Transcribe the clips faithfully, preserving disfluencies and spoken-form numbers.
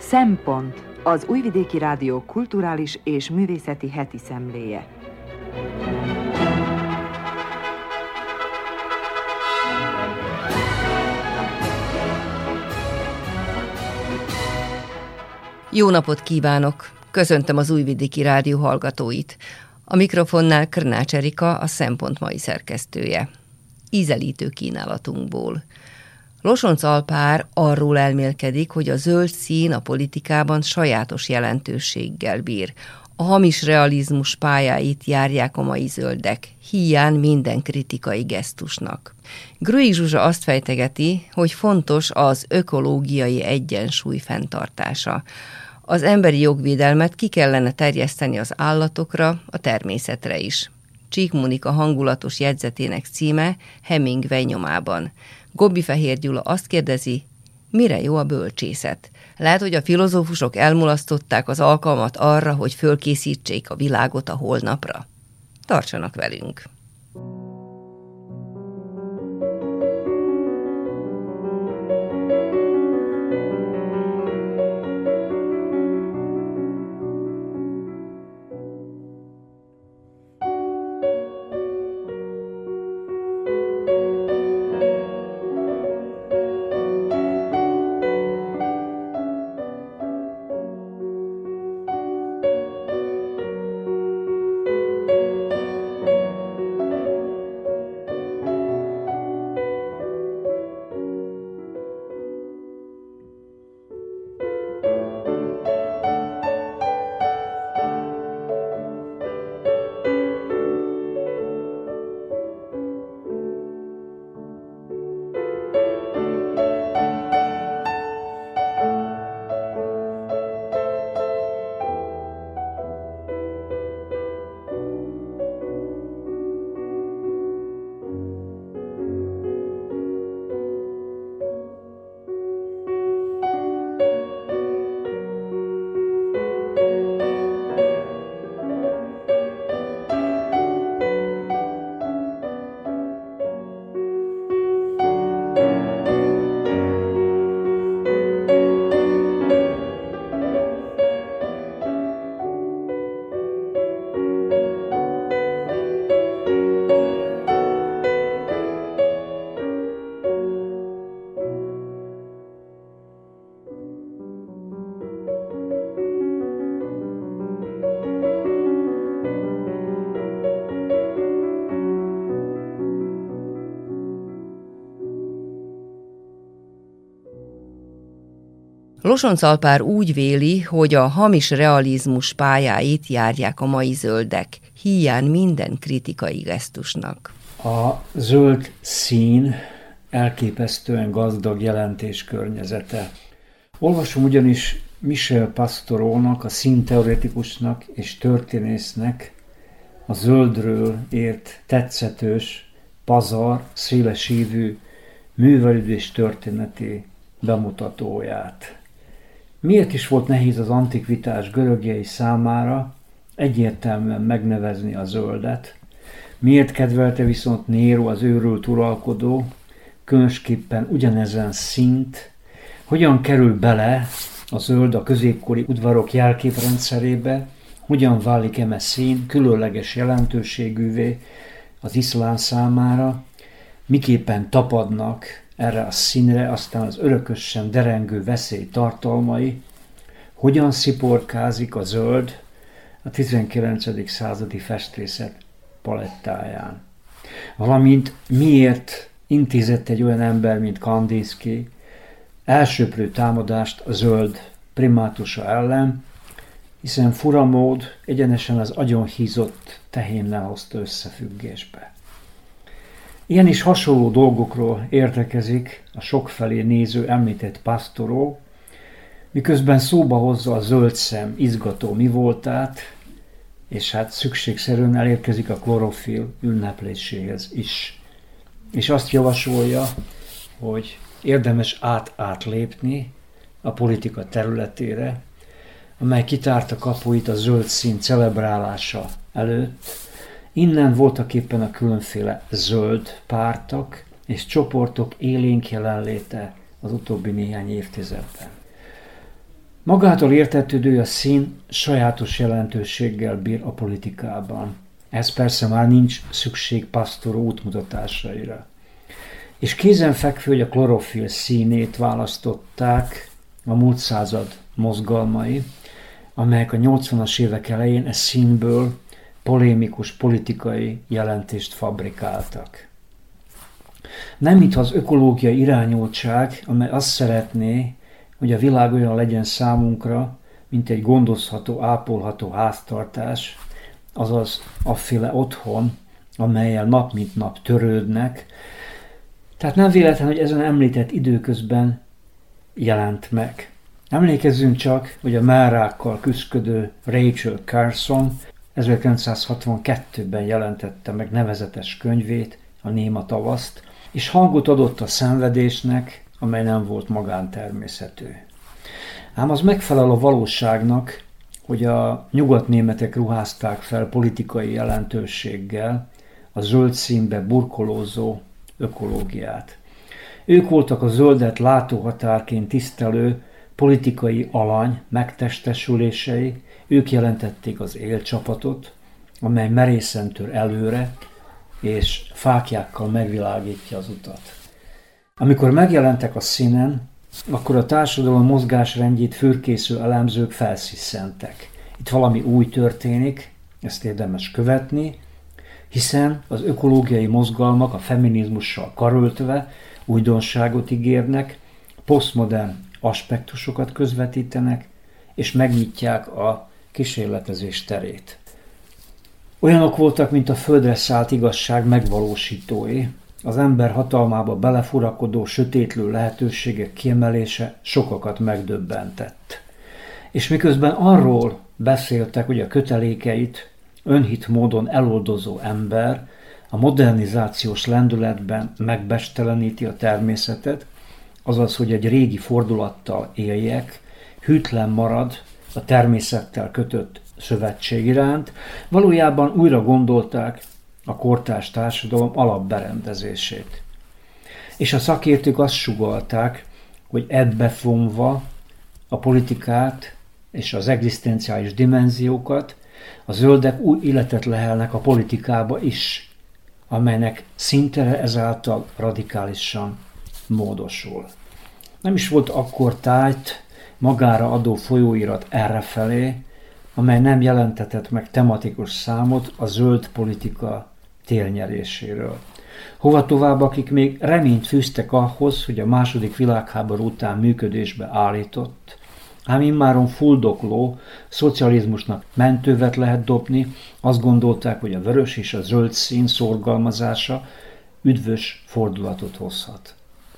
Szempont, az Újvidéki Rádió kulturális és művészeti heti szemléje. Jó napot kívánok! Köszöntöm az Újvidéki Rádió hallgatóit. A mikrofonnál Krnács Erika, a Szempont mai szerkesztője. Ízelítő kínálatunkból. Losonc Alpár arról elmélkedik, hogy a zöld szín a politikában sajátos jelentőséggel bír. A hamis realizmus pályáit járják a mai zöldek, híján minden kritikai gesztusnak. Gröig Zsuzsa azt fejtegeti, hogy fontos az ökológiai egyensúly fenntartása. Az emberi jogvédelmet ki kellene terjeszteni az állatokra, a természetre is. Csík Monika hangulatos jegyzetének címe Hemingway nyomában. Gobbi Fehér Gyula azt kérdezi, mire jó a bölcsészet? Lehet, hogy a filozófusok elmulasztották az alkalmat arra, hogy fölkészítsék a világot a holnapra. Tartsanak velünk! Losonc Alpár úgy véli, hogy a hamis realizmus pályáit járják a mai zöldek, híján minden kritikai gesztusnak. A zöld szín elképesztően gazdag jelentéskörnyezete. Olvasom ugyanis Michel Pastorónak, a színteoretikusnak és történésznek a zöldről ért tetszetős, pazar, szélesívű művelődés történeti bemutatóját. Miért is volt nehéz az antikvitás görögjei számára egyértelműen megnevezni a zöldet? Miért kedvelte viszont Nero, az őrült uralkodó, különösképpen ugyanezen színt? Hogyan kerül bele a zöld a középkori udvarok jelképrendszerébe? Hogyan válik eme szín különleges jelentőségűvé az iszlám számára? Miképpen tapadnak erre a színre aztán az örökösen derengő veszély tartalmai? Hogyan sziporkázik a zöld a tizenkilencedik századi festészet palettáján? Valamint miért intézett egy olyan ember, mint Kandinsky elsöprő támadást a zöld primátusa ellen, hiszen furamód egyenesen az agyonhízott tehénnel hozta összefüggésbe. Ilyen is hasonló dolgokról értekezik a sokfelé néző említett Pastoró, miközben szóba hozza a zöld szem izgató mivoltát, és hát szükségszerűen elérkezik a klorofil ünnepléséhez is. És azt javasolja, hogy érdemes át-átlépni a politika területére, amely kitárta kapuit a zöld szín celebrálása előtt. Innen voltaképpen a különféle zöld pártok és csoportok élénk jelenléte az utóbbi néhány évtizedben. Magától értetődő, a szín sajátos jelentőséggel bír a politikában. Ez persze már nincs szükség Pastor útmutatásaira. És kézenfekvő, hogy a klorofil színét választották a múlt század mozgalmai, amelyek a nyolcvanas évek elején e színből polémikus politikai jelentést fabrikáltak. Nem mintha az ökológiai irányultság, amely azt szeretné, hogy a világ olyan legyen számunkra, mint egy gondozható, ápolható háztartás, azaz afféle otthon, amellyel nap mint nap törődnek. Tehát nem véletlen, hogy ezen említett időközben jelent meg. Emlékezzünk csak, hogy a márákkal küszködő Rachel Carson ezerkilencszázhatvankettőben jelentette meg nevezetes könyvét, a Néma tavaszt, és hangot adott a szenvedésnek, amely nem volt magántermészetű. Ám az megfelel a valóságnak, hogy a nyugatnémetek ruházták fel politikai jelentőséggel a zöld színbe burkolózó ökológiát. Ők voltak a zöldet látóhatárként tisztelő politikai alany megtestesülései, ők jelentették az élcsapatot, amely merészen tör előre, és fáklyákkal megvilágítja az utat. Amikor megjelentek a színen, akkor a társadalom mozgásrendjét fürkésző elemzők felszisszentek. Itt valami új történik, ezt érdemes követni, hiszen az ökológiai mozgalmak a feminizmussal karöltve újdonságot ígérnek, posztmodern aspektusokat közvetítenek, és megnyitják a kísérletezés terét. Olyanok voltak, mint a földre szállt igazság megvalósítói, az ember hatalmába belefurakodó, sötétlő lehetőségek kiemelése sokakat megdöbbentett. És miközben arról beszéltek, hogy a kötelékeit önhit módon eloldozó ember a modernizációs lendületben megbesteleníti a természetet, azaz, hogy egy régi fordulattal éljek, hűtlen marad a természettel kötött szövetség iránt, valójában újra gondolták a kortárs társadalom alapberendezését. És a szakértők azt sugallták, hogy ebbe fonva a politikát és az egzisztenciális dimenziókat, a zöldek új életet lehelnek a politikába is, amelynek szintere ezáltal radikálisan módosul. Nem is volt akkor tájt magára adó folyóirat errefelé, amely nem jelentetett meg tematikus számot a zöld politika térnyeréséről. Hova tovább, akik még reményt fűztek ahhoz, hogy a második világháború után működésbe állított, ám immáron fuldokló szocializmusnak mentővet lehet dobni, azt gondolták, hogy a vörös és a zöld szín szorgalmazása üdvös fordulatot hozhat.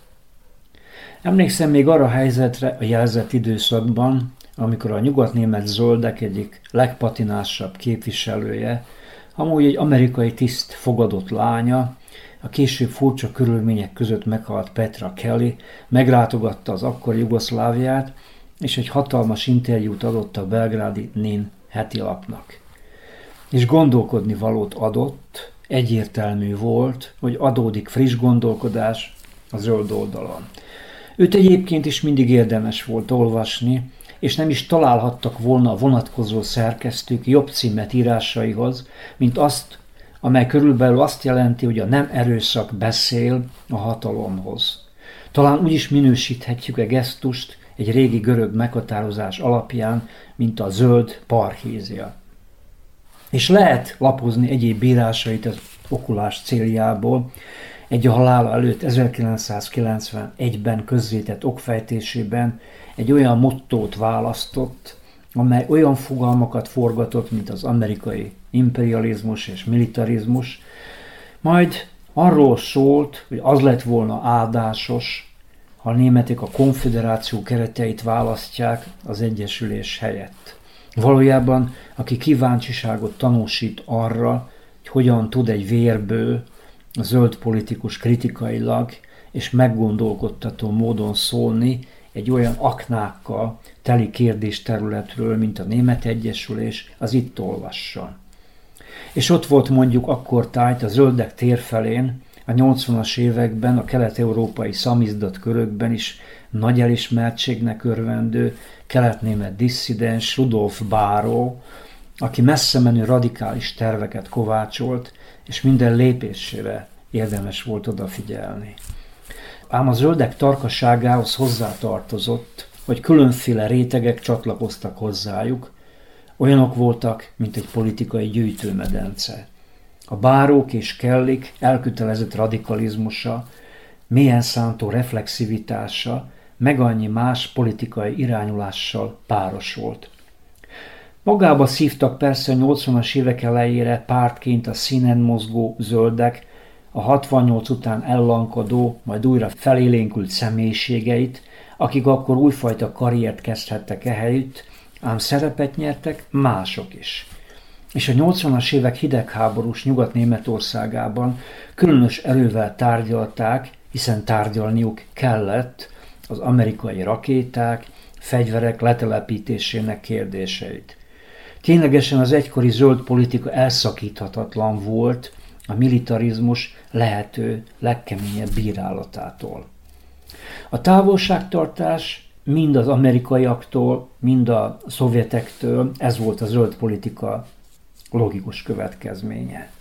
Emlékszem még arra a helyzetre a jelzett időszakban, amikor a nyugatnémet zöldek egyik legpatinásabb képviselője, amúgy egy amerikai tiszt fogadott lánya, a később furcsa körülmények között meghalt Petra Kelly, meglátogatta az akkori Jugoszláviát, és egy hatalmas interjút adott a belgrádi Nin heti lapnak. És gondolkodni valót adott, egyértelmű volt, hogy adódik friss gondolkodás a zöld oldalon. Őt egyébként is mindig érdemes volt olvasni, és nem is találhattak volna a vonatkozó szerkesztők jobb címet írásaihoz, mint azt, amely körülbelül azt jelenti, hogy a nem erőszak beszél a hatalomhoz. Talán úgy is minősíthetjük a gesztust egy régi görög meghatározás alapján, mint a zöld parhézia. És lehet lapozni egyéb írásait az okulás céljából, egy a halála előtt ezerkilencszázkilencvenegyben közzétett okfejtésében egy olyan mottót választott, amely olyan fogalmakat forgatott, mint az amerikai imperializmus és militarizmus, majd arról szólt, hogy az lett volna áldásos, ha a németek a konföderáció kereteit választják az egyesülés helyett. Valójában, aki kíváncsiságot tanúsít arra, hogy hogyan tud egy vérbő, a zöld politikus kritikailag és meggondolkodtató módon szólni egy olyan aknákkal teli kérdésterületről, mint a Német Egyesülés, az itt olvasson. És ott volt mondjuk akkor tájt a zöldek térfelén a nyolcvanas években a kelet-európai szamizdat körökben is nagy elismertségnek örvendő keletnémet disszidens Rudolf Báró, aki messze menő radikális terveket kovácsolt, és minden lépésére érdemes volt odafigyelni. Ám a zöldek tarkaságához hozzátartozott, hogy különféle rétegek csatlakoztak hozzájuk, olyanok voltak, mint egy politikai gyűjtőmedence. A bárók és kellik elkötelezett radikalizmusa, mélyen szántó reflexivitása, meg annyi más politikai irányulással párosolt. Magába szívtak persze a nyolcvanas évek elejére pártként a színen mozgó zöldek, a hatvannyolc után ellankadó, majd újra felélénkült személyiségeit, akik akkor újfajta karriert kezdhettek ehelyütt, ám szerepet nyertek mások is. És a nyolcvanas évek hidegháborús Nyugat-Németországában különös erővel tárgyalták, hiszen tárgyalniuk kellett az amerikai rakéták, fegyverek letelepítésének kérdéseit. Ténylegesen az egykori zöld politika elszakíthatatlan volt a militarizmus lehető legkeményebb bírálatától. A távolságtartás mind az amerikaiaktól, mind a szovjetektől, ez volt a zöld politika logikus következménye.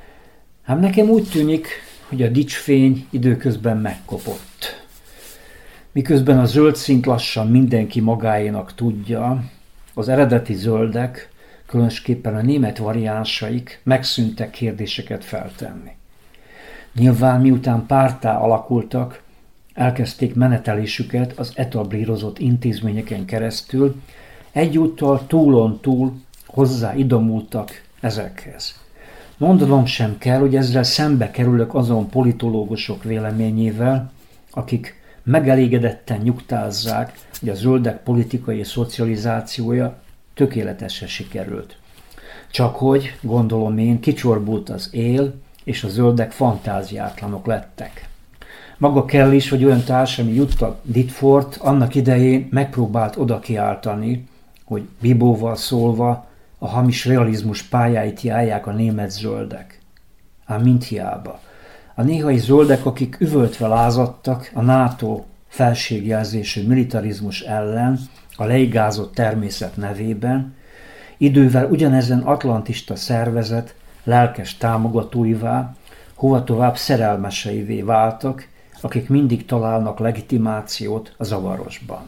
Ám nekem úgy tűnik, hogy a dicsfény időközben megkopott. Miközben a zöld színt lassan mindenki magáénak tudja, az eredeti zöldek, különösképpen a német variánsaik megszűntek kérdéseket feltenni. Nyilván miután párttá alakultak, elkezdték menetelésüket az etablírozott intézményeken keresztül, egyúttal túlon túl hozzá idomultak ezekhez. Mondanom sem kell, hogy ezzel szembe kerülök azon politológusok véleményével, akik megelégedetten nyugtázzák, hogy a zöldek politikai szocializációja tökéletesen sikerült. Csak hogy, gondolom én, kicsorbult az él, és a zöldek fantáziátlanok lettek. Maga kell is, hogy olyan társami Jutta Ditford annak idején megpróbált oda kiáltani, hogy bibóval szólva a hamis realizmus pályáit járják a német zöldek. Ám mindhiába. A néhai zöldek, akik üvöltve lázadtak a NATO felségjelzésű militarizmus ellen, a leigázott természet nevében, idővel ugyanezen atlantista szervezet lelkes támogatóivá, hova tovább szerelmeseivé váltak, akik mindig találnak legitimációt a zavarosban.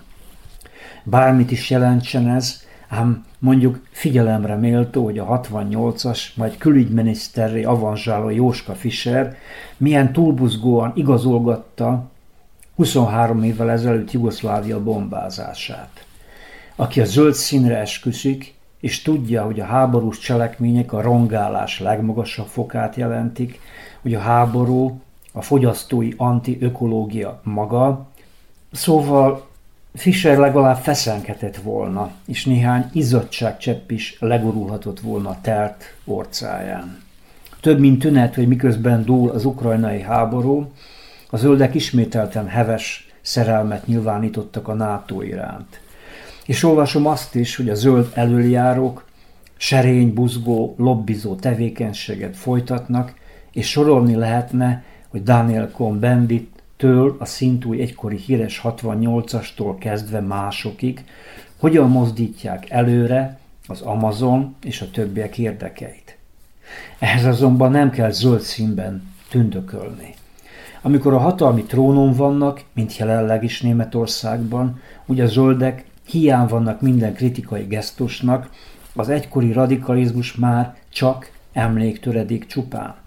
Bármit is jelentsen ez, ám mondjuk figyelemre méltó, hogy a hatvannyolcas, majd külügyminiszterré avanzsáló Jóska Fischer milyen túlbuzgóan igazolgatta huszonhárom évvel ezelőtt Jugoszlávia bombázását. Aki a zöld színre esküszik, és tudja, hogy a háborús cselekmények a rongálás legmagasabb fokát jelentik, hogy a háború a fogyasztói anti-ökológia maga, szóval Fischer legalább feszenkedett volna, és néhány izzadságcsepp is legurulhatott volna telt orcáján. Több mint tünet, hogy miközben dúl az ukrajnai háború, a zöldek ismételten heves szerelmet nyilvánítottak a NATO iránt. És olvasom azt is, hogy a zöld elöljárók serény, buzgó, lobbizó tevékenységet folytatnak, és sorolni lehetne, hogy Daniel Cohn-Bendit-től a szintúj egykori híres hatvannyolcastól kezdve másokig, hogyan mozdítják előre az Amazon és a többiek érdekeit. Ehhez azonban nem kell zöld színben tündökölni. Amikor a hatalmi trónon vannak, mint jelenleg is Németországban, ugye a zöldek hiány vannak minden kritikai gesztusnak, az egykori radikalizmus már csak emléktöredék csupán.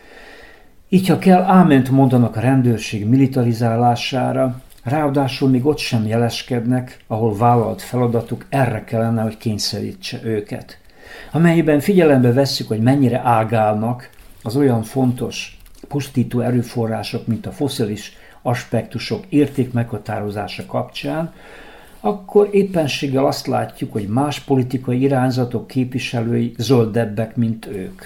Így, ha kell, áment mondanak a rendőrség militarizálására, ráadásul még ott sem jeleskednek, ahol vállalt feladatuk erre kellene, hogy kényszerítse őket. Amelyben figyelembe vesszük, hogy mennyire ágálnak az olyan fontos pusztító erőforrások, mint a fosszilis aspektusok értékmeghatározása kapcsán, akkor éppenséggel azt látjuk, hogy más politikai irányzatok képviselői zöldebbek, mint ők.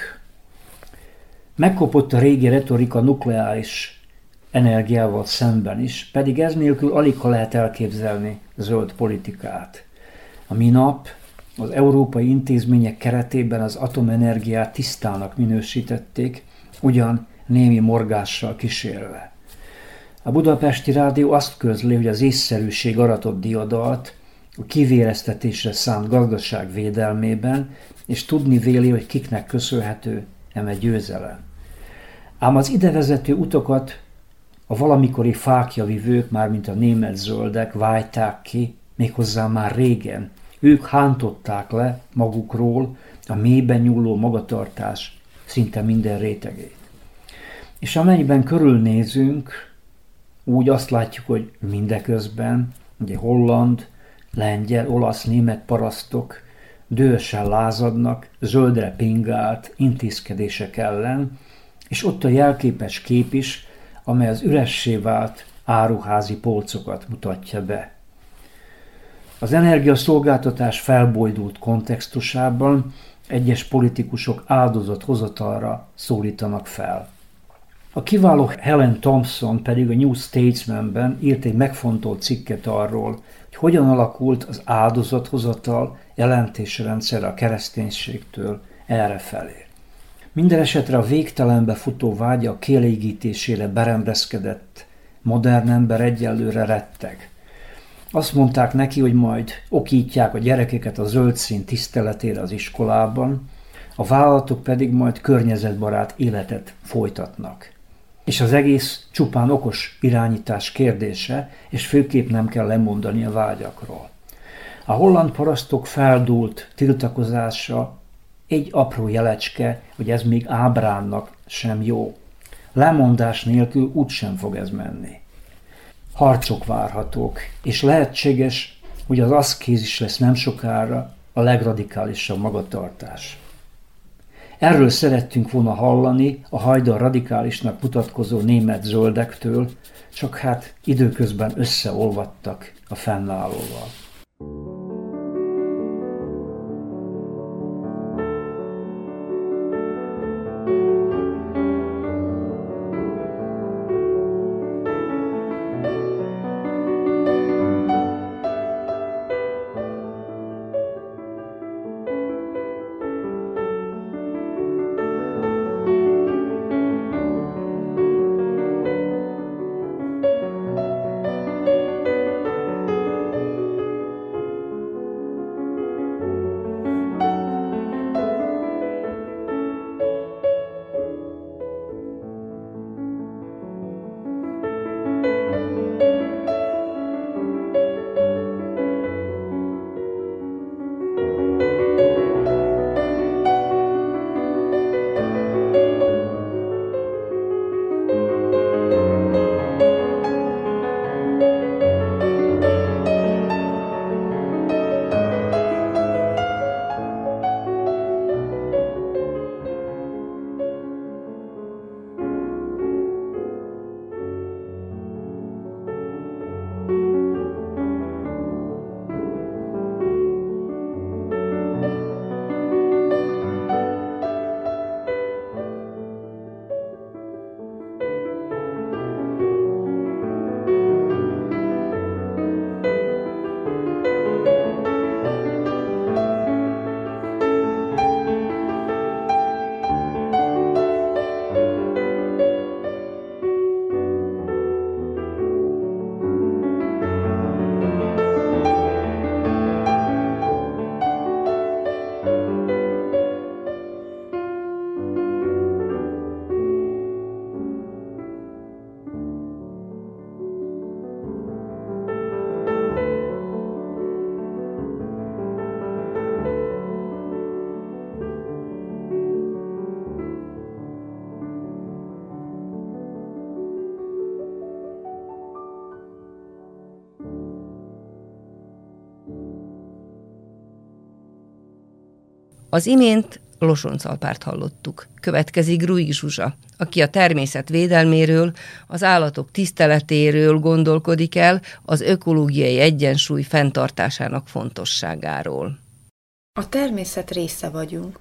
Megkopott a régi retorika nukleáris energiával szemben is, pedig ez nélkül alig ha lehet elképzelni zöld politikát. A minap az európai intézmények keretében az atomenergiát tisztának minősítették, ugyan némi morgással kísérve. A Budapesti Rádió azt közli, hogy az észszerűség aratott diadalt a kivéreztetésre szánt gazdaság védelmében, és tudni véli, hogy kiknek köszönhető eme győzelem. Ám az idevezető utakat a valamikori fákjavivők, mármint a német zöldek vájták ki, méghozzá már régen. Ők hántották le magukról a mélyben nyúló magatartás szinte minden rétegét. És amennyiben körülnézünk, úgy azt látjuk, hogy mindeközben ugye holland, lengyel, olasz, német parasztok dühösen lázadnak zöldre pingált intézkedések ellen, és ott a jelképes kép is, amely az üressé vált áruházi polcokat mutatja be. Az energiaszolgáltatás felbojdult kontextusában egyes politikusok áldozathozatalra szólítanak fel. A kiváló Helen Thompson pedig a New Statesman-ben írt egy megfontolt cikket arról, hogy hogyan alakult az áldozathozatal jelentésrendszer a kereszténységtől errefelé. Minden esetre a végtelenbe futó vágya kielégítésére berendezkedett modern ember egyelőre retteg. Azt mondták neki, hogy majd okítják a gyerekeket a zöld szín tiszteletére az iskolában, a vállalatok pedig majd környezetbarát életet folytatnak. És az egész csupán okos irányítás kérdése, és főképp nem kell lemondani a vágyakról. A holland parasztok feldúlt tiltakozása egy apró jelecske, hogy ez még Ábránnak sem jó. Lemondás nélkül úgysem fog ez menni. Harcok várhatók, és lehetséges, hogy az aszkézis lesz nem sokára a legradikálisabb magatartás. Erről szerettünk volna hallani a hajdan radikálisnak mutatkozó német zöldektől, csak hát időközben összeolvadtak a fennállóval. Az imént Losonc Alpárt hallottuk. Következik Gruig Zsuzsa, aki a természet védelméről, az állatok tiszteletéről gondolkodik el, az ökológiai egyensúly fenntartásának fontosságáról. A természet része vagyunk.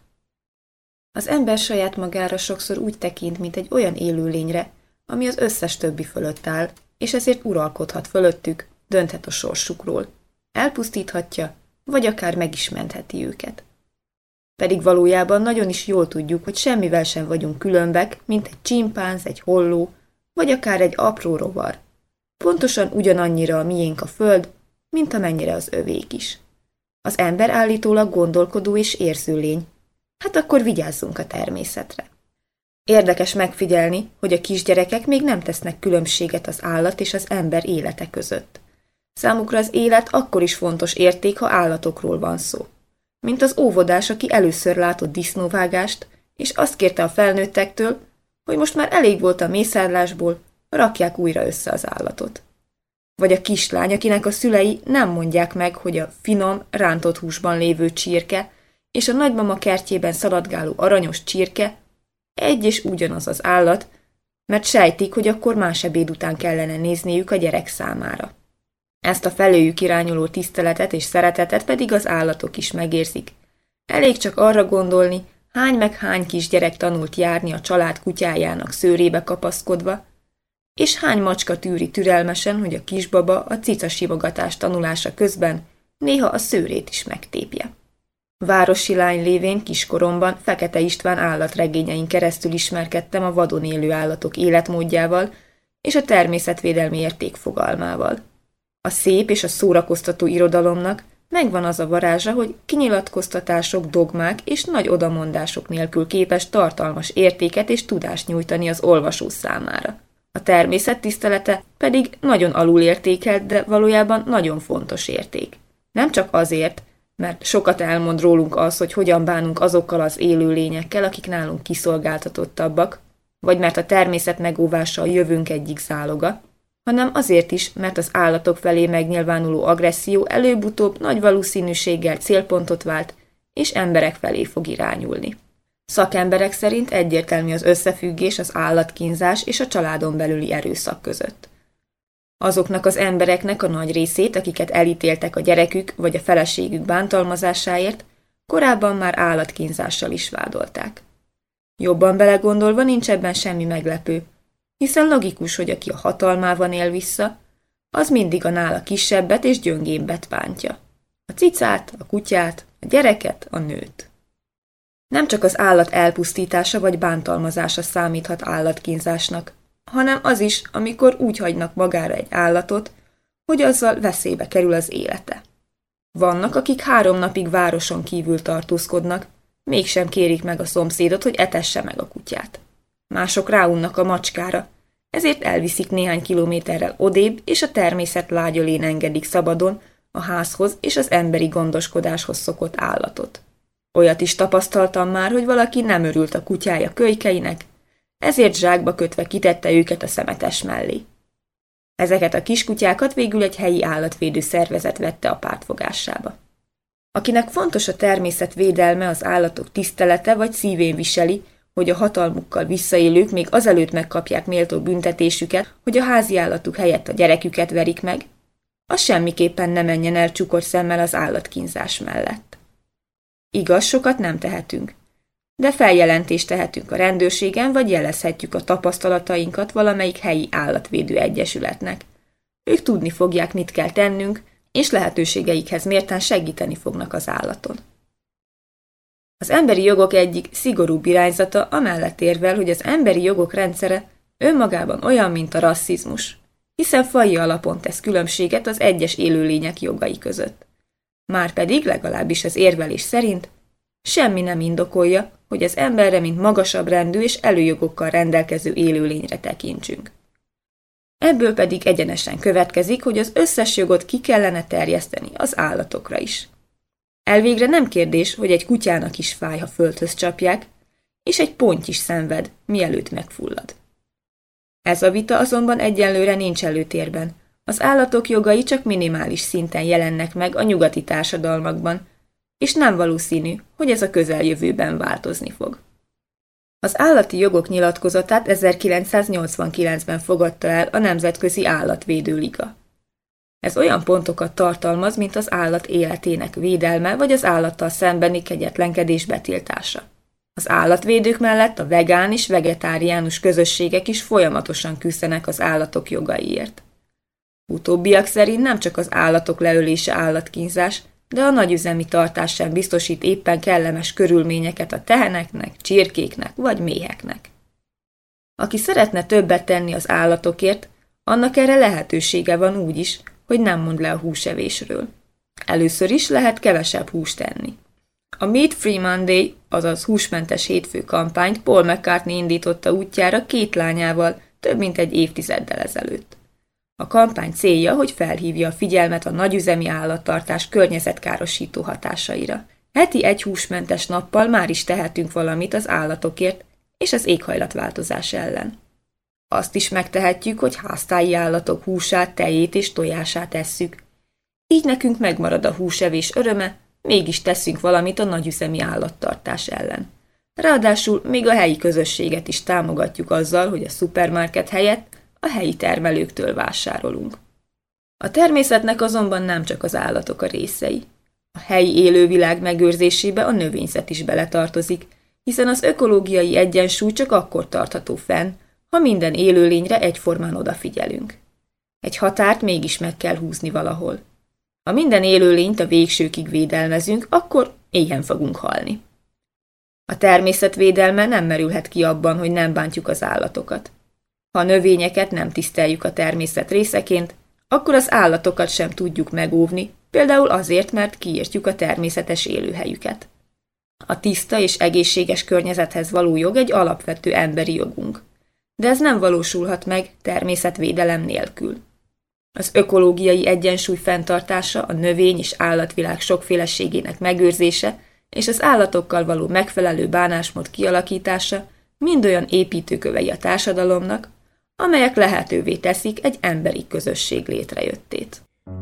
Az ember saját magára sokszor úgy tekint, mint egy olyan élőlényre, ami az összes többi fölött áll, és ezért uralkodhat fölöttük, dönthet a sorsukról. Elpusztíthatja, vagy akár meg is mentheti őket. Pedig valójában nagyon is jól tudjuk, hogy semmivel sem vagyunk különbek, mint egy csimpánz, egy holló, vagy akár egy apró rovar. Pontosan ugyanannyira a miénk a föld, mint amennyire az övék is. Az ember állítólag gondolkodó és érző lény. Hát akkor vigyázzunk a természetre. Érdekes megfigyelni, hogy a kisgyerekek még nem tesznek különbséget az állat és az ember élete között. Számukra az élet akkor is fontos érték, ha állatokról van szó. Mint az óvodás, aki először látott disznóvágást, és azt kérte a felnőttektől, hogy most már elég volt a mészárlásból, rakják újra össze az állatot. Vagy a kislány, akinek a szülei nem mondják meg, hogy a finom, rántott húsban lévő csirke és a nagymama kertjében szaladgáló aranyos csirke egy és ugyanaz az állat, mert sejtik, hogy akkor más ebéd után kellene nézniük a gyerek számára. Ezt a felőjük irányuló tiszteletet és szeretetet pedig az állatok is megérzik. Elég csak arra gondolni, hány meg hány kisgyerek tanult járni a család kutyájának szőrébe kapaszkodva, és hány macska tűri türelmesen, hogy a kisbaba a cica simogatás tanulása közben néha a szőrét is megtépje. Városi lány lévén kiskoromban Fekete István állatregényein keresztül ismerkedtem a vadon élő állatok életmódjával és a természetvédelmi érték fogalmával. A szép és a szórakoztató irodalomnak megvan az a varázsa, hogy kinyilatkoztatások, dogmák és nagy odamondások nélkül képes tartalmas értéket és tudást nyújtani az olvasó számára. A természet tisztelete pedig nagyon alulértékelt, de valójában nagyon fontos érték. Nem csak azért, mert sokat elmond rólunk az, hogy hogyan bánunk azokkal az élőlényekkel, akik nálunk kiszolgáltatottabbak, vagy mert a természet megóvása a jövőnk egyik záloga, hanem azért is, mert az állatok felé megnyilvánuló agresszió előbb-utóbb nagy valószínűséggel célpontot vált, és emberek felé fog irányulni. Szakemberek szerint egyértelmű az összefüggés az állatkínzás és a családon belüli erőszak között. Azoknak az embereknek a nagy részét, akiket elítéltek a gyerekük vagy a feleségük bántalmazásáért, korábban már állatkínzással is vádolták. Jobban belegondolva nincs ebben semmi meglepő, hiszen logikus, hogy aki a hatalmában él vissza, az mindig a nála kisebbet és gyöngébbet bántja. A cicát, a kutyát, a gyereket, a nőt. Nem csak az állat elpusztítása vagy bántalmazása számíthat állatkínzásnak, hanem az is, amikor úgy hagynak magára egy állatot, hogy azzal veszélybe kerül az élete. Vannak, akik három napig városon kívül tartózkodnak, mégsem kérik meg a szomszédot, hogy etesse meg a kutyát. Mások ráunnak a macskára, ezért elviszik néhány kilométerrel odébb, és a természet lágyölén engedik szabadon a házhoz és az emberi gondoskodáshoz szokott állatot. Olyat is tapasztaltam már, hogy valaki nem örült a kutyája kölykeinek, ezért zsákba kötve kitette őket a szemetes mellé. Ezeket a kiskutyákat végül egy helyi állatvédő szervezet vette a pártfogásába. Akinek fontos a természet védelme, az állatok tisztelete vagy szívén viseli, hogy a hatalmukkal visszaélők még azelőtt megkapják méltó büntetésüket, hogy a háziállatuk helyett a gyereküket verik meg, az semmiképpen ne menjen el csukor szemmel az állatkínzás mellett. Igaz, sokat nem tehetünk, de feljelentést tehetünk a rendőrségen, vagy jelezhetjük a tapasztalatainkat valamelyik helyi állatvédő egyesületnek. Ők tudni fogják, mit kell tennünk, és lehetőségeikhez mérten segíteni fognak az állaton. Az emberi jogok egyik szigorúbb irányzata amellett érvel, hogy az emberi jogok rendszere önmagában olyan, mint a rasszizmus, hiszen faji alapon tesz különbséget az egyes élőlények jogai között. Márpedig, legalábbis az érvelés szerint, semmi nem indokolja, hogy az emberre, mint magasabb rendű és előjogokkal rendelkező élőlényre tekintsünk. Ebből pedig egyenesen következik, hogy az összes jogot ki kellene terjeszteni az állatokra is. Elvégre nem kérdés, hogy egy kutyának is fáj, ha földhöz csapják, és egy ponty is szenved, mielőtt megfullad. Ez a vita azonban egyenlőre nincs előtérben. Az állatok jogai csak minimális szinten jelennek meg a nyugati társadalmakban, és nem valószínű, hogy ez a közeljövőben változni fog. Az állati jogok nyilatkozatát ezerkilencszáznyolcvankilencben fogadta el a Nemzetközi Állatvédő Liga. Ez olyan pontokat tartalmaz, mint az állat életének védelme vagy az állattal szembeni kegyetlenkedés betiltása. Az állatvédők mellett a vegán és vegetáriánus közösségek is folyamatosan küzdenek az állatok jogaiért. Utóbbiak szerint nem csak az állatok leölése állatkínzás, de a nagyüzemi tartás sem biztosít éppen kellemes körülményeket a teheneknek, csirkéknek vagy méheknek. Aki szeretne többet tenni az állatokért, annak erre lehetősége van úgy is, hogy nem mond le a húsevésről. Először is lehet kevesebb húst enni. A Meat Free Monday, azaz húsmentes hétfő kampányt Paul McCartney indította útjára két lányával több mint egy évtizeddel ezelőtt. A kampány célja, hogy felhívja a figyelmet a nagyüzemi állattartás környezetkárosító hatásaira. Heti egy húsmentes nappal már is tehetünk valamit az állatokért és az éghajlatváltozás ellen. Azt is megtehetjük, hogy háztáji állatok húsát, tejét és tojását esszük. Így nekünk megmarad a húsevés öröme, mégis teszünk valamit a nagyüzemi állattartás ellen. Ráadásul még a helyi közösséget is támogatjuk azzal, hogy a szupermarket helyett a helyi termelőktől vásárolunk. A természetnek azonban nem csak az állatok a részei. A helyi élővilág megőrzésébe a növényzet is beletartozik, hiszen az ökológiai egyensúly csak akkor tartható fenn, ha minden élőlényre egyformán odafigyelünk. Egy határt mégis meg kell húzni valahol. Ha minden élőlényt a végsőkig védelmezünk, akkor éhen fogunk halni. A természet védelme nem merülhet ki abban, hogy nem bántjuk az állatokat. Ha a növényeket nem tiszteljük a természet részeként, akkor az állatokat sem tudjuk megóvni, például azért, mert kiírtjuk a természetes élőhelyüket. A tiszta és egészséges környezethez való jog egy alapvető emberi jogunk, de ez nem valósulhat meg természetvédelem nélkül. Az ökológiai egyensúly fenntartása, a növény- és állatvilág sokféleségének megőrzése és az állatokkal való megfelelő bánásmód kialakítása mind olyan építőkövei a társadalomnak, amelyek lehetővé teszik egy emberi közösség létrejöttét.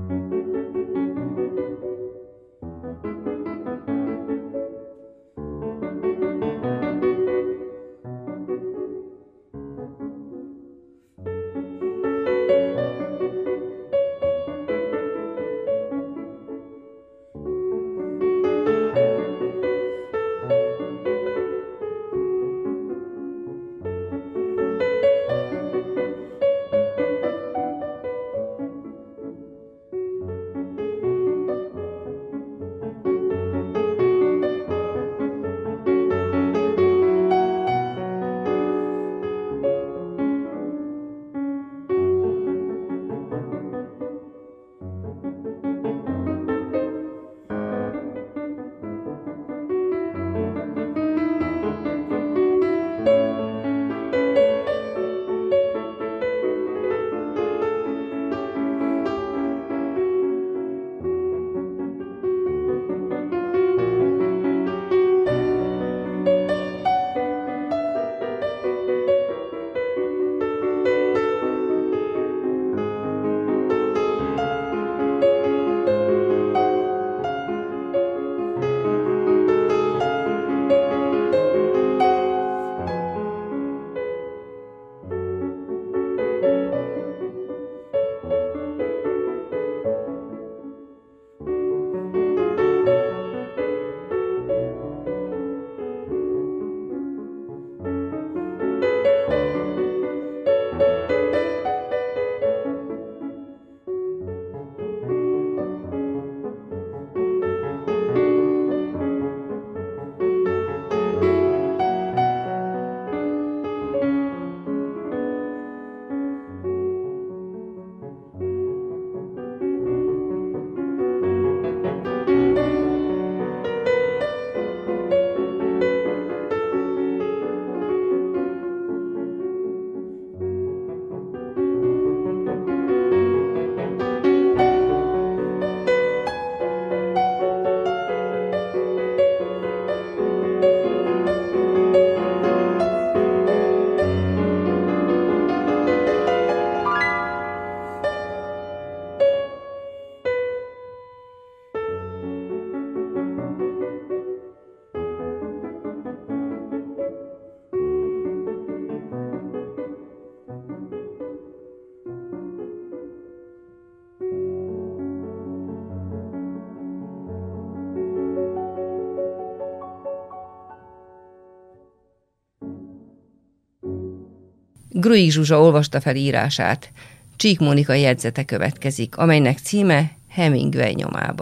Gruig Zsuzsa olvasta fel írását. Csík Mónika jegyzete következik, amelynek címe Hemingway nyomában.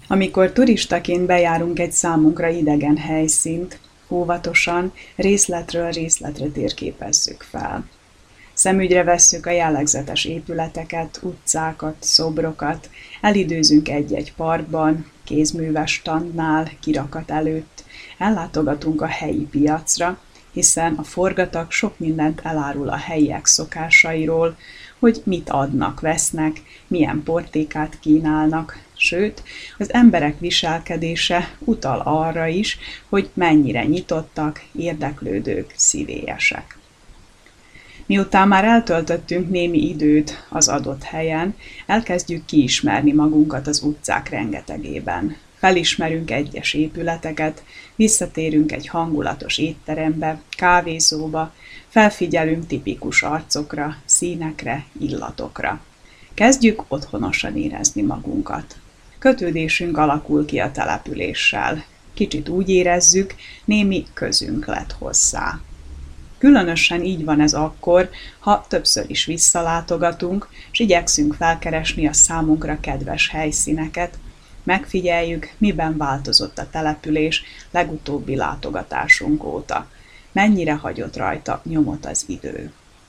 Amikor turistaként bejárunk egy számunkra idegen helyszínt, óvatosan, részletről részletre térképezzük fel. Szemügyre vesszük a jellegzetes épületeket, utcákat, szobrokat, elidőzünk egy-egy parkban, kézműves standnál, kirakat előtt, ellátogatunk a helyi piacra, hiszen a forgatag sok mindent elárul a helyiek szokásairól, hogy mit adnak, vesznek, milyen portékát kínálnak, sőt, az emberek viselkedése utal arra is, hogy mennyire nyitottak, érdeklődők, szívélyesek. Miután már eltöltöttünk némi időt az adott helyen, elkezdjük kiismerni magunkat az utcák rengetegében. Felismerünk egyes épületeket, visszatérünk egy hangulatos étterembe, kávézóba, felfigyelünk tipikus arcokra, színekre, illatokra. Kezdjük otthonosan érezni magunkat. Kötődésünk alakul ki a településsel. Kicsit úgy érezzük, némi közünk lett hozzá. Különösen így van ez akkor, ha többször is visszalátogatunk, és igyekszünk felkeresni a számunkra kedves helyszíneket, megfigyeljük, miben változott a település legutóbbi látogatásunk óta, mennyire hagyott rajta nyomot az idő.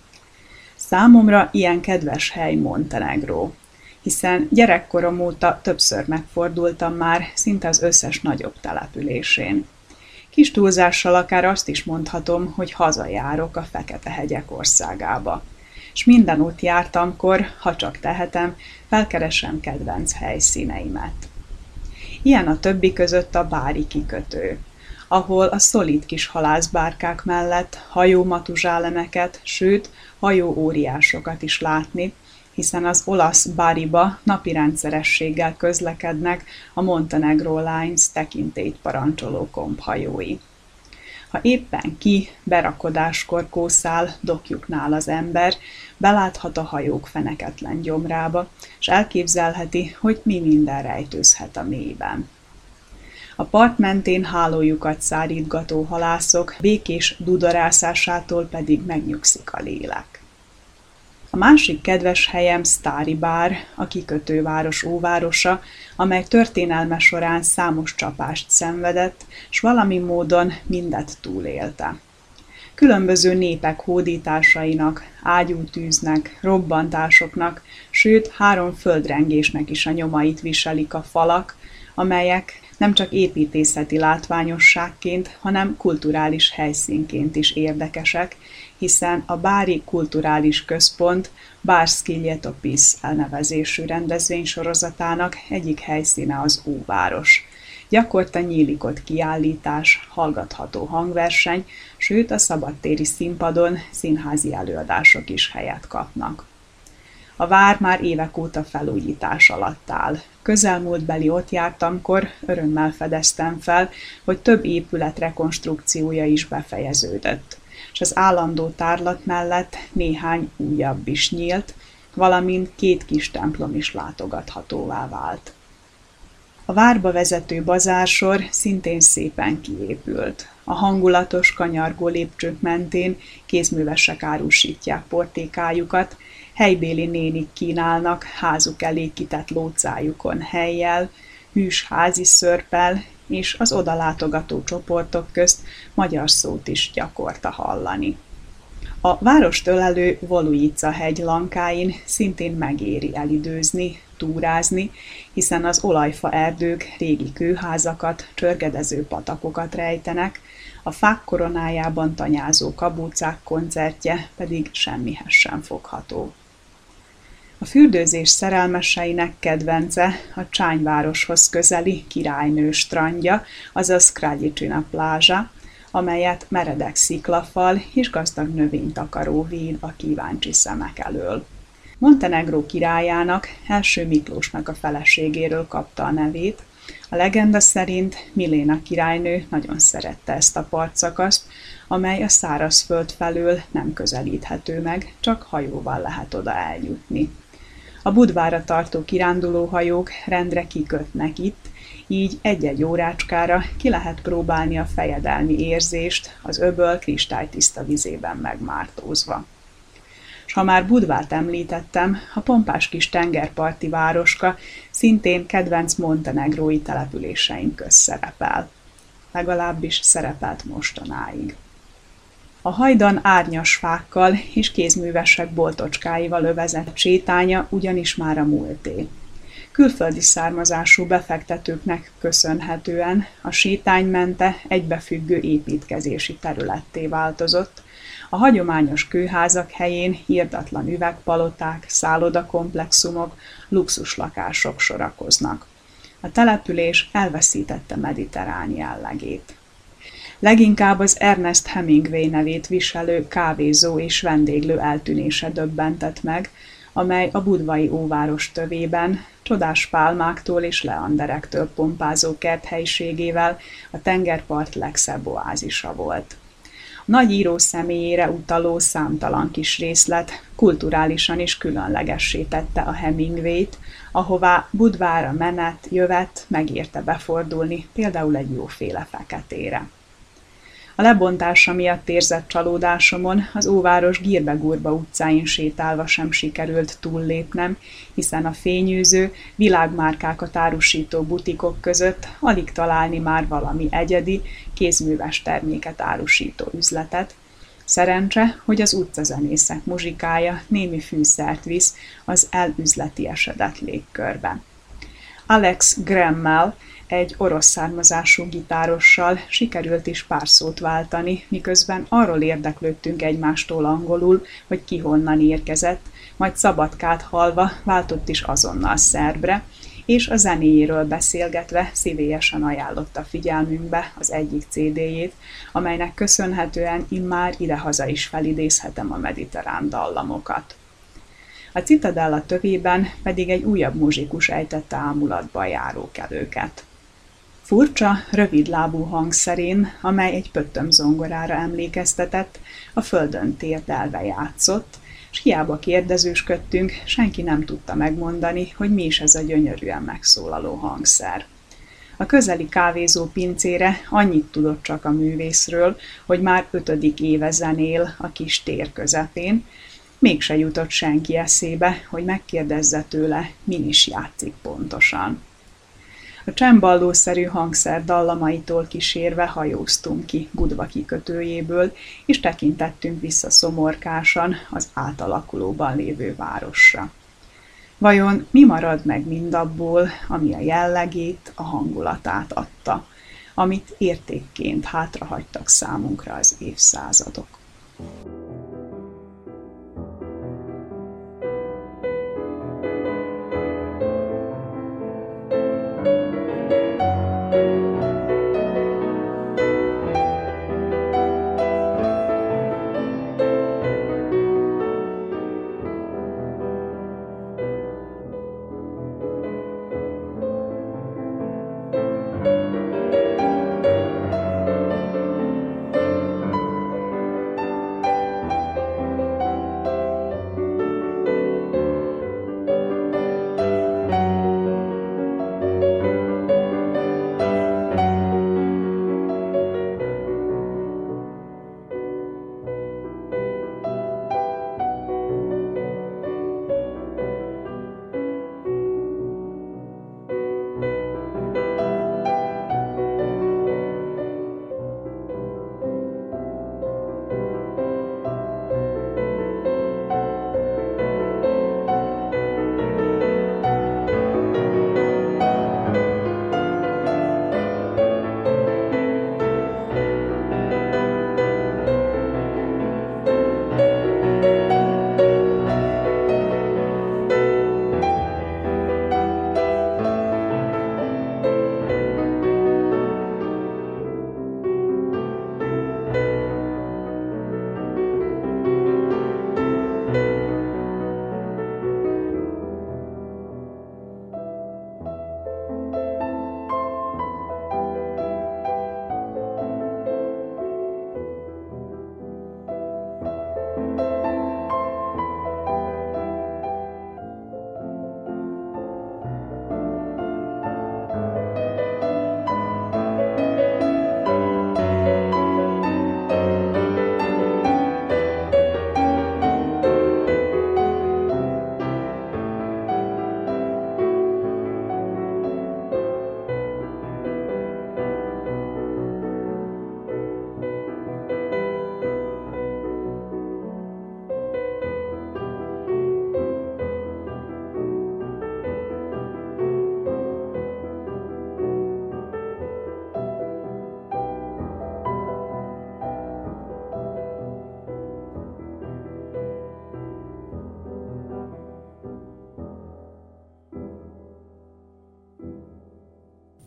Számomra ilyen kedves hely Montenegró, hiszen gyerekkorom óta többször megfordultam már szinte az összes nagyobb településén. Kis túlzással akár azt is mondhatom, hogy hazajárok a Fekete-hegyek országába. És minden ott jártamkor, ha csak tehetem, felkeresem kedvenc helyszíneimet. Ilyen a többi között a Bári kikötő, ahol a szolid kis halászbárkák mellett hajómatuzsálemeket, sőt, hajóóriásokat is látni, hiszen az olasz Bariba napi rendszerességgel közlekednek a Montenegro Lines tekintélyt parancsoló komphajói. Ha éppen ki, berakodáskor kószál dokjuknál az ember, beláthat a hajók feneketlen gyomrába, és elképzelheti, hogy mi minden rejtőzhet a mélyben. A part mentén hálójukat szárítgató halászok békés dudarászásától pedig megnyugszik a lélek. A másik kedves helyem Sztári Bár, a kikötőváros óvárosa, amely történelme során számos csapást szenvedett, s valami módon mindet túlélte. Különböző népek hódításainak, ágyútűznek, robbantásoknak, sőt három földrengésnek is a nyomait viselik a falak, amelyek nem csak építészeti látványosságként, hanem kulturális helyszínként is érdekesek, hiszen a Bári Kulturális Központ Barski Ljetopis elnevezésű rendezvénysorozatának egyik helyszíne az óváros. Gyakorta nyílik ott kiállítás, hallgatható hangverseny, sőt a szabadtéri színpadon színházi előadások is helyet kapnak. A vár már évek óta felújítás alatt áll. Közelmúltbeli ott jártamkor örömmel fedeztem fel, hogy több épület rekonstrukciója is befejeződött, és az állandó tárlat mellett néhány újabb is nyílt, valamint két kis templom is látogathatóvá vált. A várba vezető bazársor szintén szépen kiépült. A hangulatos, kanyargó lépcsők mentén kézművesek árusítják portékájukat, helybéli nénik kínálnak házuk elé kitett lócájukon helyjel, hűs házi szörppel, és az oda látogató csoportok közt magyar szót is gyakorta hallani. A várost ölelő Volujica hegy lankáin szintén megéri elidőzni, túrázni, hiszen az olajfa erdők régi kőházakat, csörgedező patakokat rejtenek, a fák koronájában tanyázó kabócák koncertje pedig semmihez sem fogható. A fürdőzés szerelmeseinek kedvence a Csányvároshoz közeli Királynő strandja, azaz Kraljičina plázsa, amelyet meredek sziklafal és gazdag növénytakaró véd a kíváncsi szemek elől. Montenegró királyának, Első Miklósnak a feleségéről kapta a nevét. A legenda szerint Miléna királynő nagyon szerette ezt a partszakaszt, amely a szárazföld felől nem közelíthető meg, csak hajóval lehet oda eljutni. A Budvára tartó kirándulóhajók rendre kikötnek itt, így egy-egy órácskára ki lehet próbálni a fejedelmi érzést az öböl kristálytiszta vizében megmártózva. S ha már Budvát említettem, a pompás kis tengerparti városka szintén kedvenc montenegrói településeink közt szerepel. Legalábbis szerepelt mostanáig. A hajdan árnyas fákkal és kézművesek boltocskáival övezett sétánya ugyanis már a múlté. Külföldi származású befektetőknek köszönhetően a sétánymente egybefüggő építkezési területté változott, a hagyományos kőházak helyén irdatlan üvegpaloták, szállodakomplexumok, luxuslakások sorakoznak. A település elveszítette mediterrán jellegét. Leginkább az Ernest Hemingway nevét viselő kávézó és vendéglő eltűnése döbbentett meg, amely a budvai óváros tövében, csodás pálmáktól és leanderektől pompázó kerthelyiségével a tengerpart legszebb oázisa volt. A nagy író személyére utaló számtalan kis részlet kulturálisan is különlegessé tette a Hemingwayt, ahová Budvára menet, jövet, megérte befordulni, például egy jóféle feketére. A lebontása miatt érzett csalódásomon az óváros Gírbe-Gurba utcáin sétálva sem sikerült túllépnem, hiszen a fényűző, világmárkákat árusító butikok között alig találni már valami egyedi, kézműves terméket árusító üzletet. Szerencse, hogy az utcazenészek muzsikája némi fűszert visz az elüzleti esedett légkörbe. Alex Graham-mel, egy orosz származású gitárossal sikerült is pár szót váltani, miközben arról érdeklődtünk egymástól angolul, hogy ki honnan érkezett, majd Szabadkát hallva váltott is azonnal szerbre, és a zenéjéről beszélgetve szívélyesen ajánlotta figyelmünkbe az egyik cé dé-jét, amelynek köszönhetően immár idehaza is felidézhetem a mediterrán dallamokat. A Citadella tövében pedig egy újabb muzsikus ejtette ámulatba a járókelőket. Furcsa, rövidlábú hangszerén, amely egy pöttöm zongorára emlékeztetett, a földön térdelve játszott, s hiába kérdezősködtünk, senki nem tudta megmondani, hogy mi is ez a gyönyörűen megszólaló hangszer. A közeli kávézó pincére annyit tudott csak a művészről, hogy már ötödik éve zenél a kis tér közepén, mégse jutott senki eszébe, hogy megkérdezze tőle, min is játszik pontosan. A csembalószerű hangszer dallamaitól kísérve hajóztunk ki Budva kikötőjéből, és tekintettünk vissza szomorkásan az átalakulóban lévő városra. Vajon mi marad meg mindabból, ami a jellegét, a hangulatát adta, amit értékként hátrahagytak számunkra az évszázadok?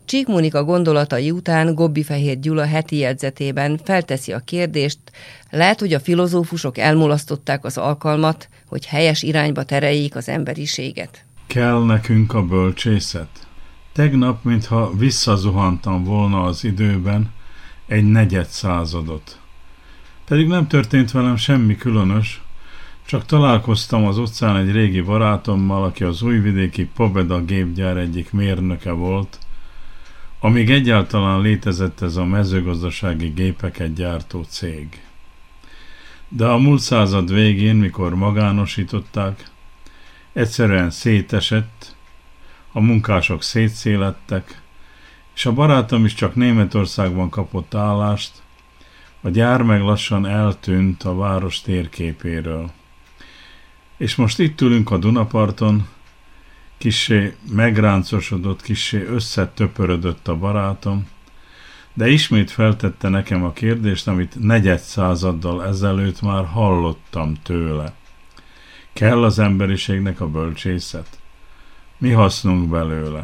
Csík Mónika gondolatai után Gobbi-Fehér Gyula heti jegyzetében felteszi a kérdést, lehet, hogy a filozófusok elmulasztották az alkalmat, hogy helyes irányba tereljék az emberiséget. Kell nekünk a bölcsészet? Tegnap, mintha visszazuhantam volna az időben egy negyed századot. Pedig nem történt velem semmi különös, csak találkoztam az utcán egy régi barátommal, aki az újvidéki Pobeda gépgyár egyik mérnöke volt, amíg egyáltalán létezett ez a mezőgazdasági gépeket gyártó cég. De a múlt század végén, mikor magánosították, egyszerűen szétesett, a munkások szétszélettek, és a barátom is csak Németországban kapott állást, a gyár meg lassan eltűnt a város térképéről. És most itt ülünk a Dunaparton, kissé megráncosodott, kissé összetöpörödött a barátom, de ismét feltette nekem a kérdést, amit negyed századdal ezelőtt már hallottam tőle. Kell az emberiségnek a bölcsészet? Mi hasznunk belőle?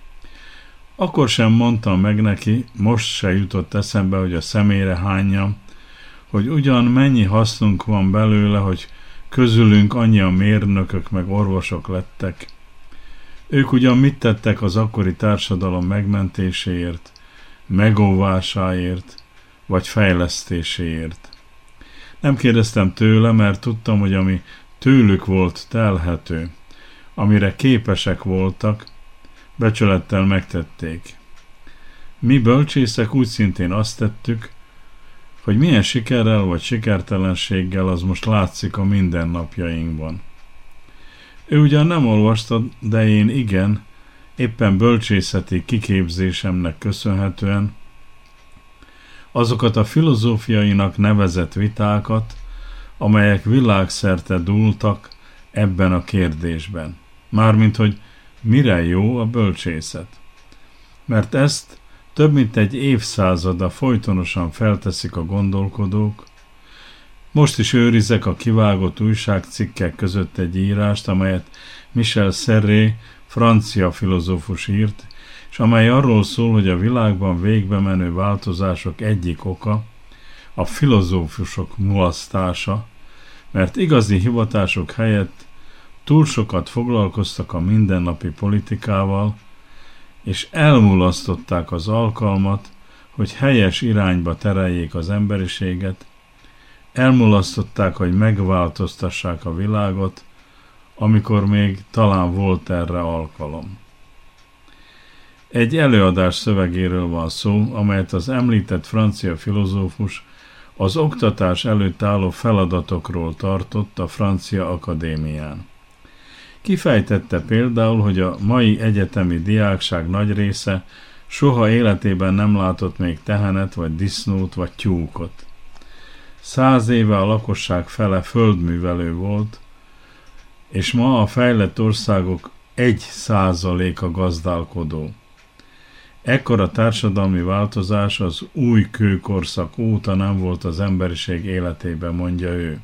Akkor sem mondtam meg neki, most se jutott eszembe, hogy a szemére hányjam, hogy ugyan mennyi hasznunk van belőle, hogy közülünk annyian mérnökök meg orvosok lettek. Ők ugyan mit tettek az akkori társadalom megmentéséért, megóvásáért, vagy fejlesztéséért. Nem kérdeztem tőle, mert tudtam, hogy ami tőlük volt telhető, amire képesek voltak, becsülettel megtették. Mi bölcsészek úgy szintén azt tettük, hogy milyen sikerrel vagy sikertelenséggel az most látszik a mindennapjainkban. Ő ugyan nem olvasta, de én igen, éppen bölcsészeti kiképzésemnek köszönhetően azokat a filozófiainak nevezett vitákat, amelyek világszerte dúltak ebben a kérdésben. Mármint, hogy mire jó a bölcsészet. Mert ezt több mint egy évszázada folytonosan felteszik a gondolkodók. Most is őrizek a kivágott újságcikkek között egy írást, amelyet Michel Serré, francia filozófus írt, és amely arról szól, hogy a világban végbe menő változások egyik oka a filozófusok mulasztása, mert igazi hivatások helyett túl sokat foglalkoztak a mindennapi politikával, és elmulasztották az alkalmat, hogy helyes irányba tereljék az emberiséget, elmulasztották, hogy megváltoztassák a világot, amikor még talán volt erre alkalom. Egy előadás szövegéről van szó, amelyet az említett francia filozófus az oktatás előtt álló feladatokról tartott a Francia Akadémián. Kifejtette például, hogy a mai egyetemi diákság nagy része soha életében nem látott még tehenet, vagy disznót, vagy tyúkot. Száz éve a lakosság fele földművelő volt, és ma a fejlett országok egy százaléka gazdálkodó. Ekkora társadalmi változás az új kőkorszak óta nem volt az emberiség életében, mondja ő.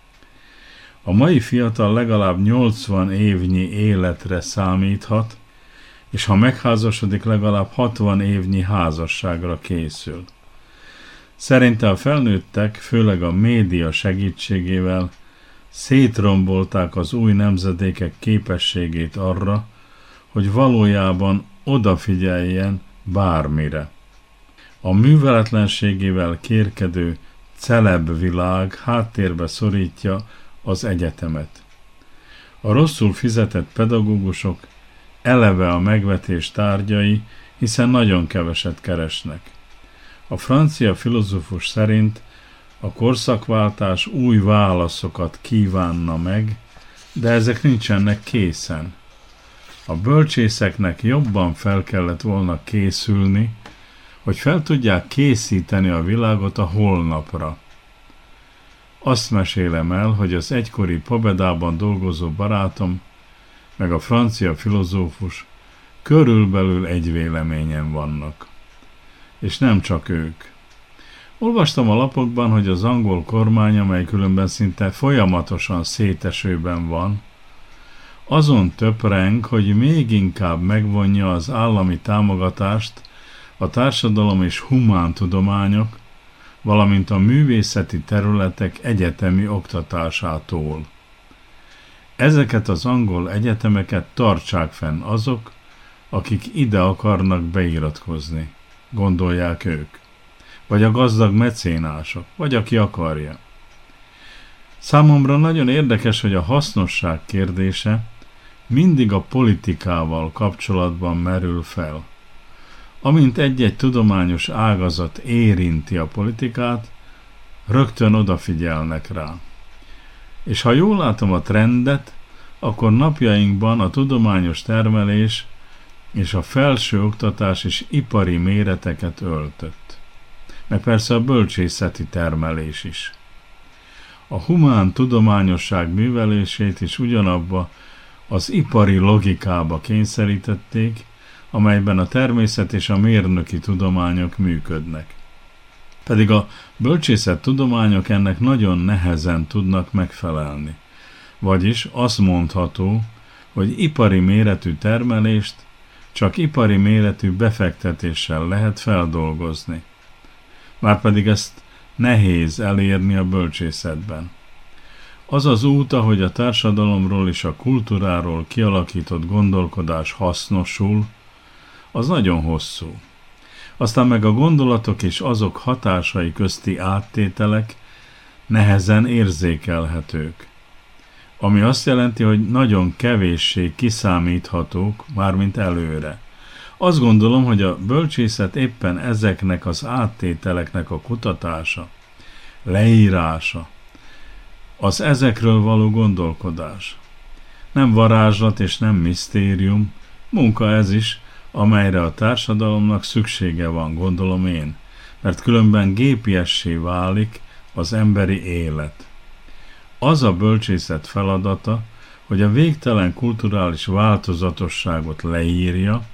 A mai fiatal legalább nyolcvan évnyi életre számíthat, és ha megházasodik, legalább hatvan évnyi házasságra készül. Szerinte a felnőttek, főleg a média segítségével szétrombolták az új nemzedékek képességét arra, hogy valójában odafigyeljen bármire. A műveletlenségével kérkedő celeb világ háttérbe szorítja az egyetemet. A rosszul fizetett pedagógusok eleve a megvetés tárgyai, hiszen nagyon keveset keresnek. A francia filozófus szerint a korszakváltás új válaszokat kívánna meg, de ezek nincsenek készen. A bölcsészeknek jobban fel kellett volna készülni, hogy fel tudják készíteni a világot a holnapra. Azt mesélem el, hogy az egykori Pobedában dolgozó barátom, meg a francia filozófus körülbelül egy véleményen vannak. És nem csak ők. Olvastam a lapokban, hogy az angol kormány, amely különben szinte folyamatosan szétesőben van, azon töpreng, hogy még inkább megvonja az állami támogatást a társadalom és humántudományok, valamint a művészeti területek egyetemi oktatásától. Ezeket az angol egyetemeket tartsák fenn azok, akik ide akarnak beiratkozni, gondolják ők, vagy a gazdag mecénások, vagy aki akarja. Számomra nagyon érdekes, hogy a hasznosság kérdése mindig a politikával kapcsolatban merül fel. Amint egy-egy tudományos ágazat érinti a politikát, rögtön odafigyelnek rá. És ha jól látom a trendet, akkor napjainkban a tudományos termelés és a felső oktatás is ipari méreteket öltött. Meg persze a bölcsészeti termelés is. A humán tudományosság művelését is ugyanabba az ipari logikába kényszerítették, amelyben a természet és a mérnöki tudományok működnek. Pedig a bölcsészet tudományok ennek nagyon nehezen tudnak megfelelni. Vagyis azt mondható, hogy ipari méretű termelést csak ipari méretű befektetéssel lehet feldolgozni. Márpedig ezt nehéz elérni a bölcsészetben. Az az út, ahogy a társadalomról és a kultúráról kialakított gondolkodás hasznosul, az nagyon hosszú. Aztán meg a gondolatok és azok hatásai közti áttételek nehezen érzékelhetők. Ami azt jelenti, hogy nagyon kevéssé kiszámíthatók, mármint előre. Azt gondolom, hogy a bölcsészet éppen ezeknek az áttételeknek a kutatása, leírása, az ezekről való gondolkodás. Nem varázslat és nem misztérium, munka ez is, amelyre a társadalomnak szüksége van, gondolom én, mert különben gépiessé válik az emberi élet. Az a bölcsészet feladata, hogy a végtelen kulturális változatosságot leírja,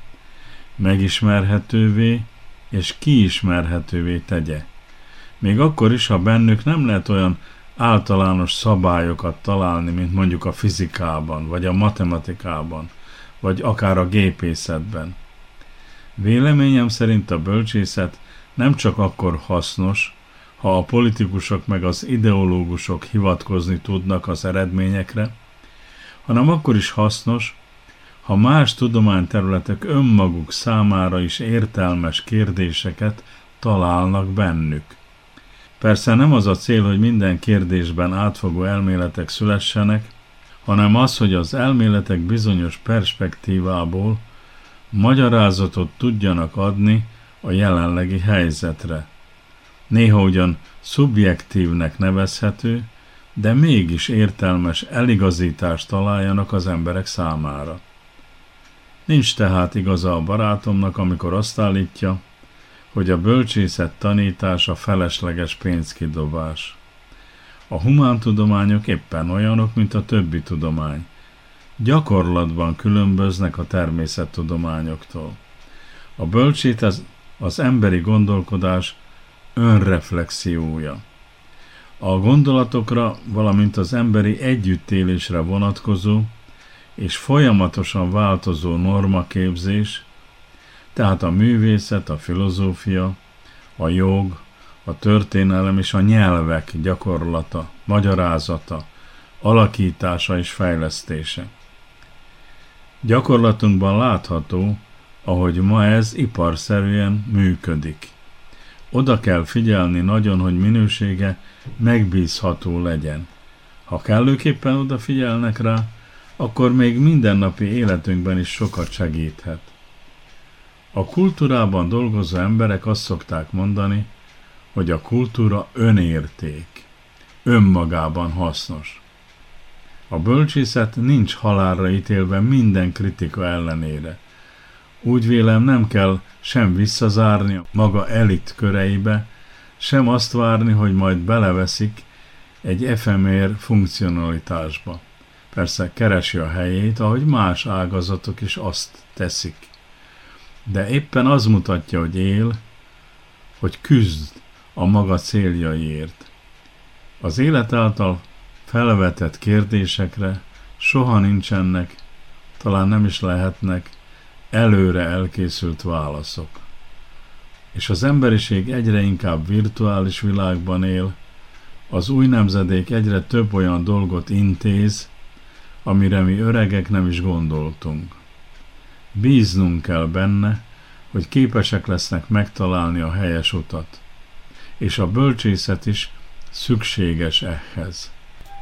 megismerhetővé és kiismerhetővé tegye. Még akkor is, ha bennük nem lehet olyan általános szabályokat találni, mint mondjuk a fizikában, vagy a matematikában, vagy akár a gépészetben. Véleményem szerint a bölcsészet nem csak akkor hasznos, ha a politikusok meg az ideológusok hivatkozni tudnak az eredményekre, hanem akkor is hasznos, ha más tudományterületek önmaguk számára is értelmes kérdéseket találnak bennük. Persze nem az a cél, hogy minden kérdésben átfogó elméletek szülessenek, hanem az, hogy az elméletek bizonyos perspektívából magyarázatot tudjanak adni a jelenlegi helyzetre. Néha ugyan szubjektívnek nevezhető, de mégis értelmes eligazítást találjanak az emberek számára. Nincs tehát igaza a barátomnak, amikor azt állítja, hogy a bölcsészet tanítása felesleges pénzkidobás. A humántudományok éppen olyanok, mint a többi tudomány. Gyakorlatban különböznek a természettudományoktól. A bölcsét az, az emberi gondolkodás önreflexiója. A gondolatokra, valamint az emberi együttélésre vonatkozó és folyamatosan változó normaképzés, tehát a művészet, a filozófia, a jog, a történelem és a nyelvek gyakorlata, magyarázata, alakítása és fejlesztése. Gyakorlatunkban látható, ahogy ma ez iparszerűen működik. Oda kell figyelni nagyon, hogy minősége megbízható legyen. Ha kellőképpen odafigyelnek rá, akkor még mindennapi életünkben is sokat segíthet. A kultúrában dolgozó emberek azt szokták mondani, hogy a kultúra önérték, önmagában hasznos. A bölcsészet nincs halálra ítélve minden kritika ellenére. Úgy vélem, nem kell sem visszazárni maga elit köreibe, sem azt várni, hogy majd beleveszik egy efemér funkcionalitásba. Persze keresi a helyét, ahogy más ágazatok is azt teszik. De éppen az mutatja, hogy él, hogy küzd a maga céljaiért. Az élet által felvetett kérdésekre soha nincsenek, talán nem is lehetnek előre elkészült válaszok. És az emberiség egyre inkább virtuális világban él, az új nemzedék egyre több olyan dolgot intéz, amire mi öregek nem is gondoltunk. Bíznunk kell benne, hogy képesek lesznek megtalálni a helyes utat, és a bölcsészet is szükséges ehhez.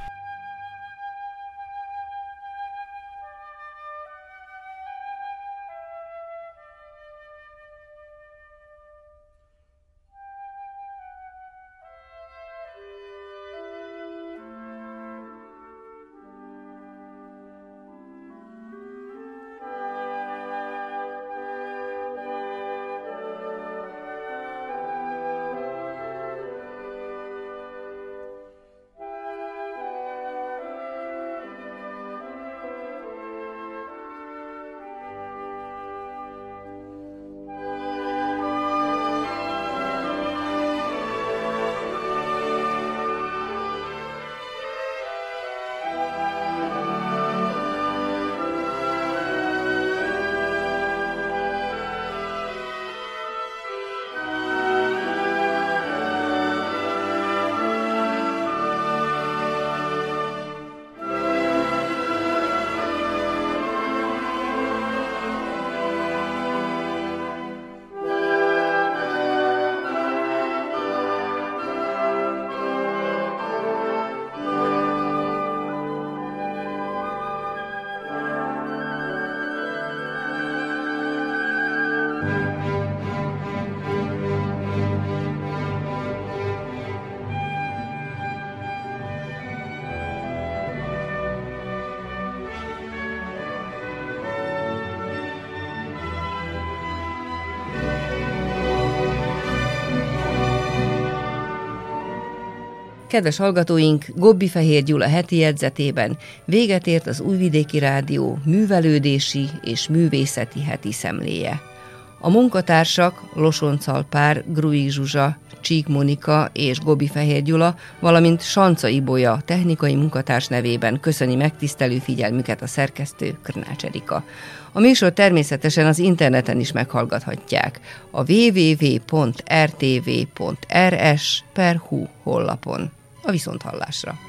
Kedves hallgatóink, Gobbi Fehér Gyula heti jegyzetében véget ért az Újvidéki Rádió művelődési és művészeti heti szemléje. A munkatársak Losonccal Pár, Grui Zsuzsa, Csík Monika és Gobbi Fehér Gyula, valamint Sanca Ibolya technikai munkatárs nevében köszöni megtisztelő figyelmüket a szerkesztő, Krnács Erika. A műsor természetesen az interneten is meghallgathatják a double-u double-u double-u pont r t v pont r s pont h u honlapon. A viszonthallásra!